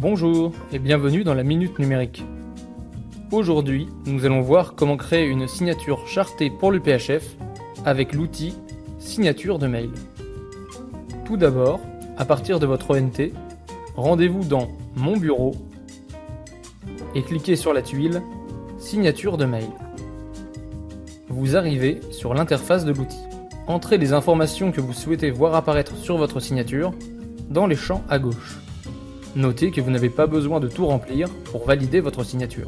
Bonjour et bienvenue dans la Minute Numérique. Aujourd'hui, nous allons voir comment créer une signature chartée pour le PHF avec l'outil Signature de mail. Tout d'abord, à partir de votre ONT, rendez-vous dans Mon bureau et cliquez sur la tuile Signature de mail. Vous arrivez sur l'interface de l'outil. Entrez les informations que vous souhaitez voir apparaître sur votre signature dans les champs à gauche. Notez que vous n'avez pas besoin de tout remplir pour valider votre signature.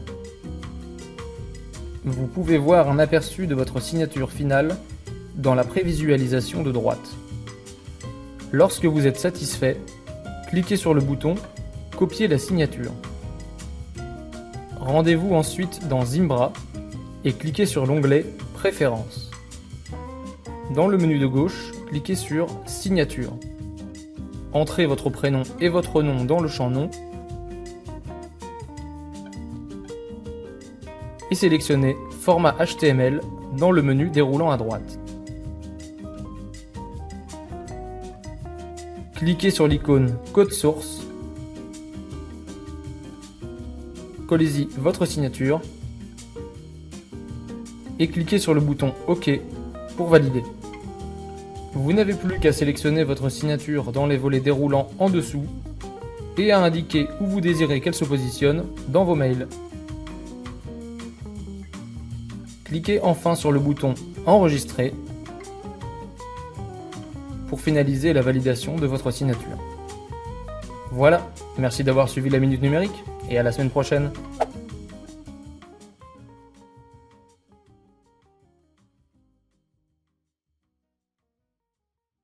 Vous pouvez voir un aperçu de votre signature finale dans la prévisualisation de droite. Lorsque vous êtes satisfait, cliquez sur le bouton « Copier la signature ». Rendez-vous ensuite dans Zimbra et cliquez sur l'onglet « Préférences ». Dans le menu de gauche, cliquez sur « Signature ». Entrez votre prénom et votre nom dans le champ Nom et sélectionnez Format HTML dans le menu déroulant à droite. Cliquez sur l'icône Code source, collez-y votre signature et cliquez sur le bouton OK pour valider. Vous n'avez plus qu'à sélectionner votre signature dans les volets déroulants en dessous et à indiquer où vous désirez qu'elle se positionne dans vos mails. Cliquez enfin sur le bouton Enregistrer pour finaliser la validation de votre signature. Voilà, merci d'avoir suivi la Minute Numérique et à la semaine prochaine.